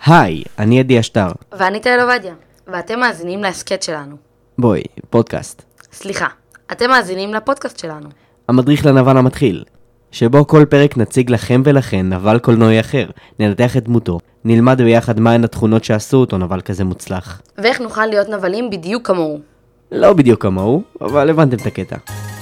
היי, אני עדי אשטר. ואני תל עובדיה, ואתם מאזינים להסקט שלנו. בואי, פודקאסט. סליחה, אתם מאזינים לפודקאסט שלנו. המדריך לנבל המתחיל, שבו כל פרק נציג לכם ולכן נבל קולנועי אחר, ננתח את דמותו, נלמד ביחד מהן התכונות שעשו אותו נבל כזה מוצלח. ואיך נוכל להיות נבלים בדיוק כמוהו. לא בדיוק כמוהו, אבל הבנתם את הקטע.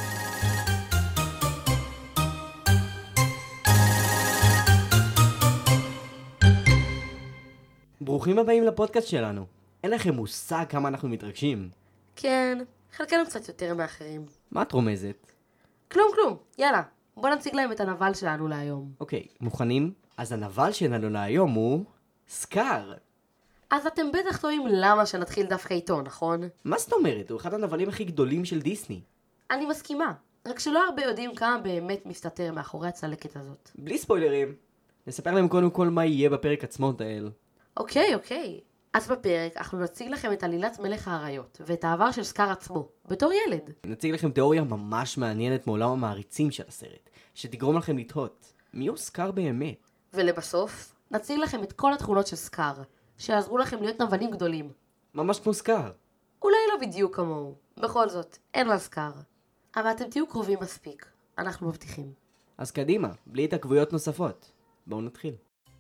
ברוכים הבאים לפודקאסט שלנו. אין לכם מושג כמה אנחנו מתרגשים. כן, חלקנו קצת יותר מאחרים. מה את רומזת? כלום, יאללה, בוא נציג להם את הנבל שלנו להיום. אוקיי, מוכנים? אז הנבל שלנו להיום הוא סקאר. אז אתם בטח טועים למה שנתחיל דווקא איתו, נכון? מה זאת אומרת? הוא אחד הנבלים הכי גדולים של דיסני. אני מסכימה, רק שלא הרבה יודעים כמה באמת מסתתר מאחורי הצלקת הזאת. בלי ספוילרים. נספר להם קודם כל מה יהיה בפרק עצמו, תאל. אוקיי. אז בפרק אנחנו נציג לכם את עלילת מלך האריות, ואת העבר של סקאר עצמו, בתור ילד. נציג לכם תיאוריה ממש מעניינת מעולם המעריצים של הסרט, שתגרום לכם לתהות, מי הוא סקאר באמת? ולבסוף, נציג לכם את כל התכונות של סקאר, שיעזרו לכם להיות נבלים גדולים. ממש כמו סקאר. אולי לא בדיוק כמוהו, בכל זאת, אין לה סקאר. אבל אתם תהיו קרובים מספיק, אנחנו מבטיחים. אז קדימה, בלי התעכבויות נוספות. בואו נתחיל.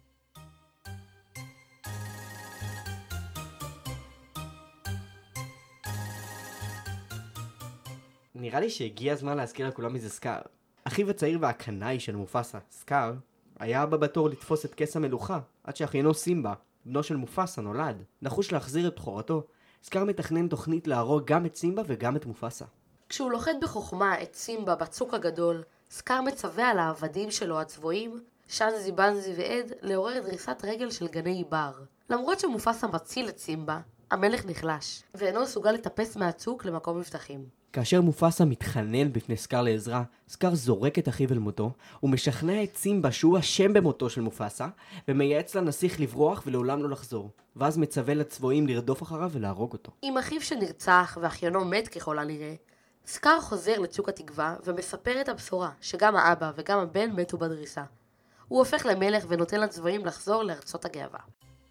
נראה לי שהגיע הזמן להזכיר לכולם מי זה סקאר. אחיו הצעיר והקנאי של מופסה, סקאר, היה הבא בתור לתפוס את כס המלוכה, עד שאחיינו סימבה, בנו של מופסה, נולד. נחוש להחזיר את בכורתו, סקאר מתכנן תוכנית להרוג גם את סימבה וגם את מופסה. כשהוא לוחד בחוכמה את סימבה בצוק הגדול, סקאר מצווה על העבדים שלו הצבועים, שנזי, בנזי ועד, לעורר דריסת רגל של גני בר. למרות שמופסה מציל את סימבה, המלך נחלש, ואינו מסוגל לטפס מהצוק למקום מבטחים. כאשר מופסה מתחנן בפני סקאר לעזרה, סקאר זורק את אחיו אל מותו, ומשכנע את סימבה שהוא אשם במותו של מופסה, ומייעץ לנסיך לברוח ולעולם לא לחזור. ואז מצווה לצבועים לרדוף אחריו ולהרוג אותו. עם אחיו שנרצח ואחיינו מת ככל הנראה, סקאר חוזר לצוק התקווה ומספר את הבשורה שגם האבא וגם הבן מתו בדריסה. הוא הופך למלך ונותן לצבועים לחזור לארצות הגאווה.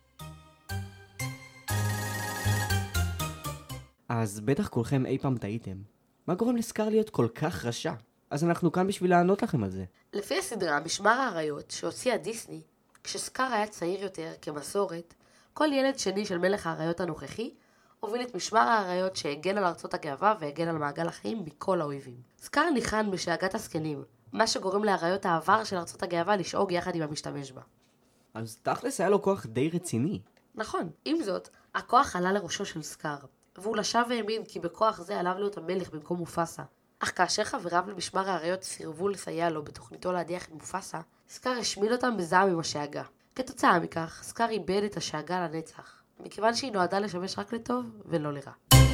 אז בטח כולכם אי פעם טעיתם. מה גורם לסקאר להיות כל כך רשע? אז אנחנו כאן בשביל לענות לכם על זה. לפי הסדרה משמר האריות שהוציאה דיסני, כשסקאר היה צעיר יותר כמסורת, כל ילד שני של מלך האריות הנוכחי הוביל את משמר האריות שהגן על ארצות הגאווה והגן על מעגל החיים מכל האויבים. סקאר ניחן בשאגת הזקנים, מה שגורם לאריות העבר של ארצות הגאווה לשאוג יחד עם המשתמש בה. אז תכלס היה לו כוח די רציני. נכון, עם זאת, הכוח עלה לראשו של סקאר, והוא לשב והאמין כי בכוח זה עליו להיות המלך במקום מופסה. אך כאשר חבריו למשמר האריות סירבו לסייע לו בתוכניתו להדיח את מופסה, סקאר השמיד אותם בזעם עם השאגה. כתוצאה מכך, סקאר איבד את השאגה לנצח, מכיוון שהיא נועדה לשמש רק לטוב ולא לרע.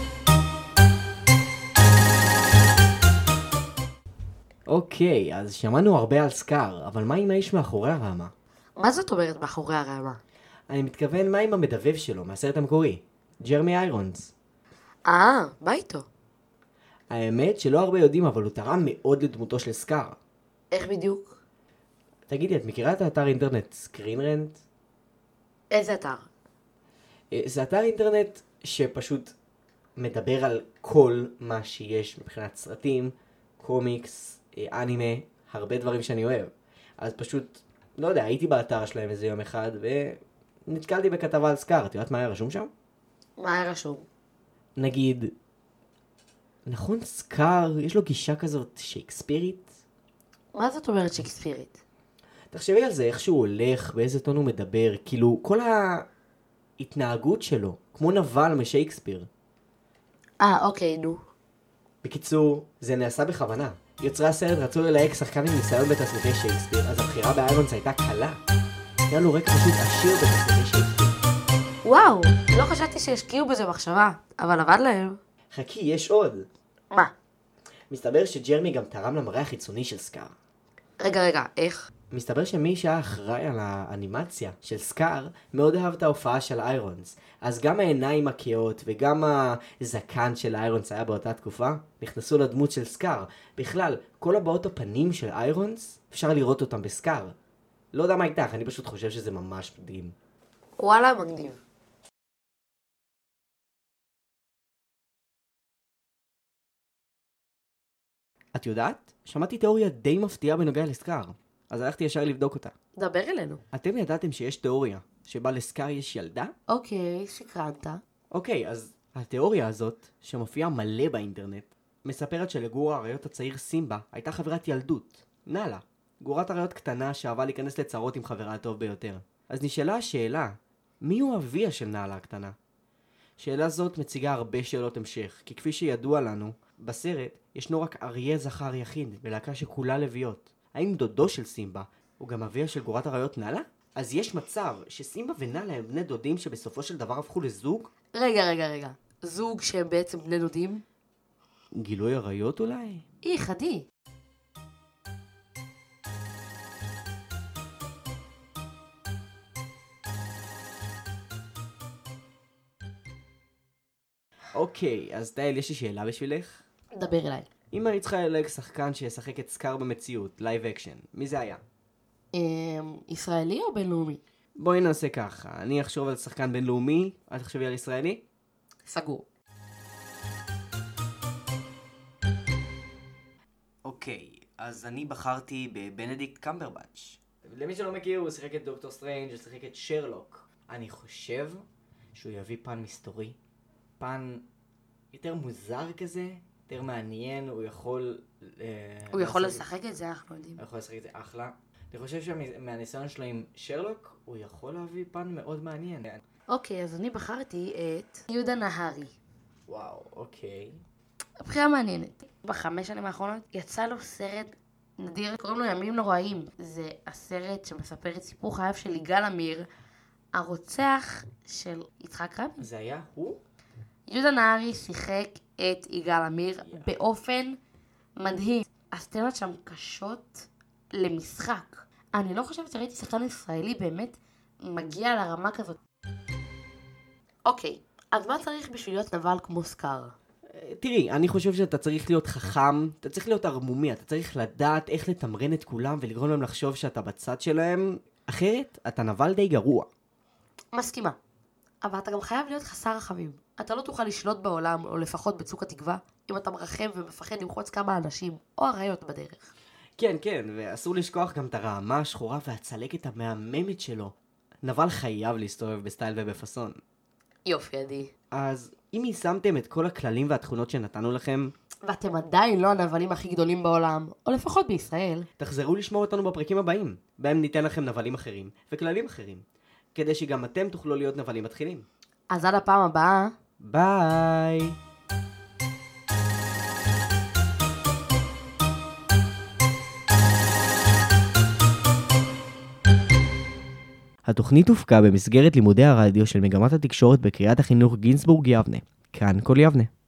אוקיי, אז שמענו הרבה על סקאר, אבל מה עם האיש מאחורי הרעמה? מה זאת אומרת מאחורי הרעמה? אני מתכוון מה עם המדבב שלו מהסרט המקורי, ג'רמי איירונס. מה איתו? האמת שלא הרבה יודעים, אבל הוא תרם מאוד לדמותו של סקאר. איך בדיוק? תגידי, את מכירה את האתר אינטרנט סקרינרנט? איזה אתר? זה אתר אינטרנט שפשוט מדבר על כל מה שיש מבחינת סרטים, קומיקס, אנימה, הרבה דברים שאני אוהב. אז פשוט, לא יודע, הייתי באתר שלהם איזה יום אחד ונתקלתי בכתבה על סקאר. את יודעת מה היה רשום שם? מה היה רשום? נגיד, נכון סקאר, יש לו גישה כזאת שייקספירית? מה זאת אומרת שייקספירית? תחשבי על זה, איך שהוא הולך, באיזה טון הוא מדבר, כאילו כל ההתנהגות שלו, כמו נבל משייקספיר. אוקיי, נו. בקיצור, זה נעשה בכוונה. יוצרי הסרט רצו ללהק שחקן עם ניסיון בתסריטי שייקספיר, אז הבחירה באיירונס הייתה קלה. היה לו רקע פשוט עשיר בתסריטי שייקספיר. וואו, לא חשבתי שהשקיעו בזה מחשבה, אבל עבד להם. חכי, יש עוד. מה? מסתבר שג'רמי גם תרם למראה החיצוני של סקאר. רגע, איך? מסתבר שמי שהיה אחראי על האנימציה של סקאר מאוד אהב את ההופעה של איירונס. אז גם העיניים הקהות וגם הזקן של איירונס היה באותה תקופה נכנסו לדמות של סקאר. בכלל, כל הבעות הפנים של איירונס אפשר לראות אותם בסקאר. לא יודע מה איתך, אני פשוט חושב שזה ממש מדהים. וואלה, מגניב. את יודעת? שמעתי תיאוריה די מפתיעה בנוגע לסקאר, אז הלכתי ישר לבדוק אותה. דבר אלינו. אתם ידעתם שיש תיאוריה שבה לסקאר יש ילדה? אוקיי, סקרנת. אוקיי, אז התיאוריה הזאת, שמופיעה מלא באינטרנט, מספרת שלגור האריות הצעיר סימבה הייתה חברת ילדות, נאלה. גורת אריות קטנה שאהבה להיכנס לצרות עם חברה הטוב ביותר. אז נשאלה השאלה, מי הוא אביה של נאלה הקטנה? שאלה זאת מציגה הרבה שאלות המשך, כי כפי שידוע לנו, בסרט ישנו רק אריה זכר יחיד בלהקה שכולה לוויות. האם דודו של סימבה הוא גם אביה של גורת אריות נאלה? אז יש מצב שסימבה ונאלה הם בני דודים שבסופו של דבר הפכו לזוג? רגע. זוג שהם בעצם בני דודים? גילוי אריות אולי? חדי. אוקיי, אז דייל, יש לי שאלה בשבילך. דבר אליי. אם היית צריכה ללהג שחקן שישחק את סקאר במציאות, לייב אקשן, מי זה היה? ישראלי או בינלאומי? בואי נעשה ככה, אני אחשוב על שחקן בינלאומי, את תחשבי על ישראלי? סגור. אוקיי, אז אני בחרתי בבנדיקט קמברבץ'. למי שלא מכיר, הוא שיחק את דוקטור סטרנג', הוא שיחק את שרלוק. אני חושב שהוא יביא פן מסתורי, פן יותר מוזר כזה, יותר מעניין, הוא יכול... הוא יכול לשחק את זה, אנחנו יודעים. הוא יכול לשחק את זה אחלה. אני חושב שמהניסיון שלו עם שרלוק, הוא יכול להביא פן מאוד מעניין. אוקיי, אז אני בחרתי את יהודה נהרי. וואו, אוקיי. הבחירה מעניינת. ב5 שנים האחרונות יצא לו סרט נדיר, קוראים לו ימים נוראים. זה הסרט שמספר את סיפור חייו של יגאל עמיר, הרוצח של יצחק רבין. זה היה הוא? יהודה נהרי שיחק את יגאל עמיר באופן מדהים. הסצנות שם קשות למשחק. אני לא חושבת שראיתי שחקן ישראלי באמת מגיע לרמה כזאת. אוקיי, אז מה צריך בשביל להיות נבל כמו סקאר? תראי, אני חושב שאתה צריך להיות חכם, אתה צריך להיות ערמומי, אתה צריך לדעת איך לתמרן את כולם ולגרום להם לחשוב שאתה בצד שלהם, אחרת אתה נבל די גרוע. מסכימה. אבל אתה גם חייב להיות חסר רחמים. אתה לא תוכל לשלוט בעולם, או לפחות בצוק התקווה, אם אתה מרחם ומפחד למחוץ כמה אנשים, או אריות בדרך. כן, ואסור לשכוח גם את הרעמה השחורה והצלקת המהממת שלו. נבל חייב להסתובב בסטייל ובפסון. יופי, עדי. אז אם יישמתם את כל הכללים והתכונות שנתנו לכם, ואתם עדיין לא הנבלים הכי גדולים בעולם, או לפחות בישראל, תחזרו לשמוע אותנו בפרקים הבאים, בהם ניתן לכם נבלים אחרים וכללים אחרים, כדי שגם אתם תוכלו להיות נבלים מתחילים. אז עד הפעם הבאה. ביי! התוכנית הופקה במסגרת לימודי הרדיו של מגמת התקשורת בקריית החינוך גינסבורג יבנה. כאן כל יבנה.